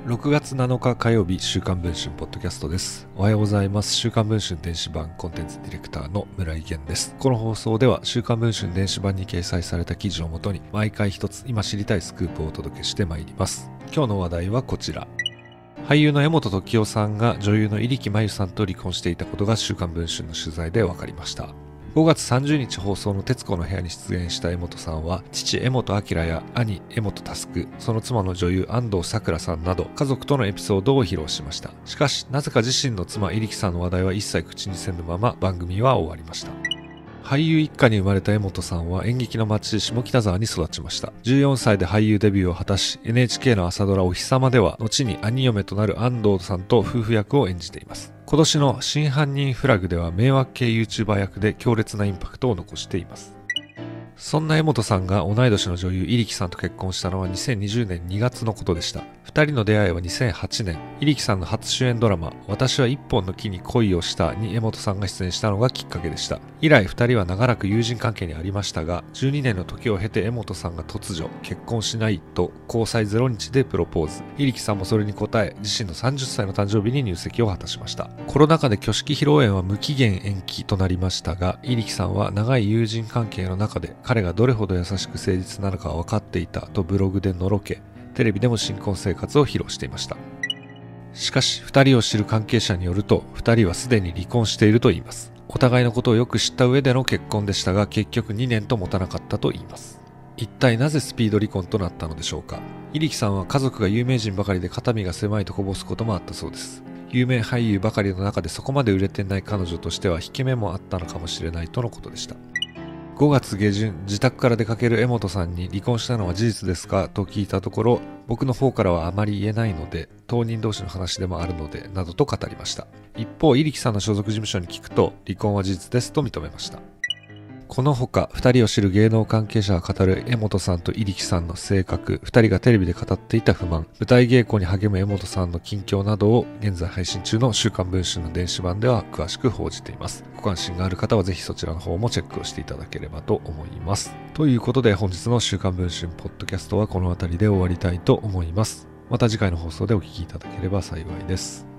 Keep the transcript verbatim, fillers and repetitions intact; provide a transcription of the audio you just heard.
ろくがつなのか火曜日、週刊文春ポッドキャストです。おはようございます。週刊文春電子版コンテンツディレクターの村井源です。この放送では週刊文春電子版に掲載された記事をもとに毎回一つ今知りたいスクープをお届けしてまいります。今日の話題はこちら。俳優の柄本時生さんが女優の入来真由さんと離婚していたことが週刊文春の取材で分かりました。ごがつさんじゅうにち放送の徹子の部屋に出演した柄本さんは、父柄本明や兄柄本佑、その妻の女優安藤サクラさんなど家族とのエピソードを披露しました。しかし、なぜか自身の妻入来さんの話題は一切口にせぬまま番組は終わりました。俳優一家に生まれた柄本さんは演劇の町下北沢に育ちました。じゅうよんさいで俳優デビューを果たし、エヌエイチケー の朝ドラお日様では、後に兄嫁となる安藤さんと夫婦役を演じています。今年の真犯人フラグでは迷惑系 YouTuber 役で強烈なインパクトを残しています。そんな柄本さんが同い年の女優入来さんと結婚したのはにせんにじゅうねんにがつのことでした。二人の出会いはにせんはちねん、入来さんの初主演ドラマ「私は一本の木に恋をした」に柄本さんが出演したのがきっかけでした。以来二人は長らく友人関係にありましたが、じゅうにねんの時を経て柄本さんが突如結婚しないと交際ゼロにちでプロポーズ。入来さんもそれに応え、自身のさんじゅっさいの誕生日に入籍を果たしました。コロナ禍で挙式披露宴は無期限延期となりましたが、入来さんは長い友人関係の中で彼がどれほど優しく誠実なのか分かっていたとブログでのろけ、テレビでも新婚生活を披露していました。しかし、二人を知る関係者によると、二人はすでに離婚しているといいます。お互いのことをよく知った上での結婚でしたが、結局にねんと持たなかったといいます。一体なぜスピード離婚となったのでしょうか。入来さんは家族が有名人ばかりで肩身が狭いとこぼすこともあったそうです。有名俳優ばかりの中でそこまで売れてない彼女としては引け目もあったのかもしれないとのことでした。ごがつげじゅん、自宅から出かける柄本さんに離婚したのは事実ですかと聞いたところ、僕の方からはあまり言えないので、当人同士の話でもあるので、などと語りました。一方、入来さんの所属事務所に聞くと、離婚は事実ですと認めました。このほか、二人を知る芸能関係者が語る柄本さんと入来さんの性格、二人がテレビで語っていた不満、舞台稽古に励む柄本さんの近況などを現在配信中の週刊文春の電子版では詳しく報じています。ご関心がある方はぜひそちらの方もチェックをしていただければと思います。ということで本日の週刊文春ポッドキャストはこの辺りで終わりたいと思います。また次回の放送でお聞きいただければ幸いです。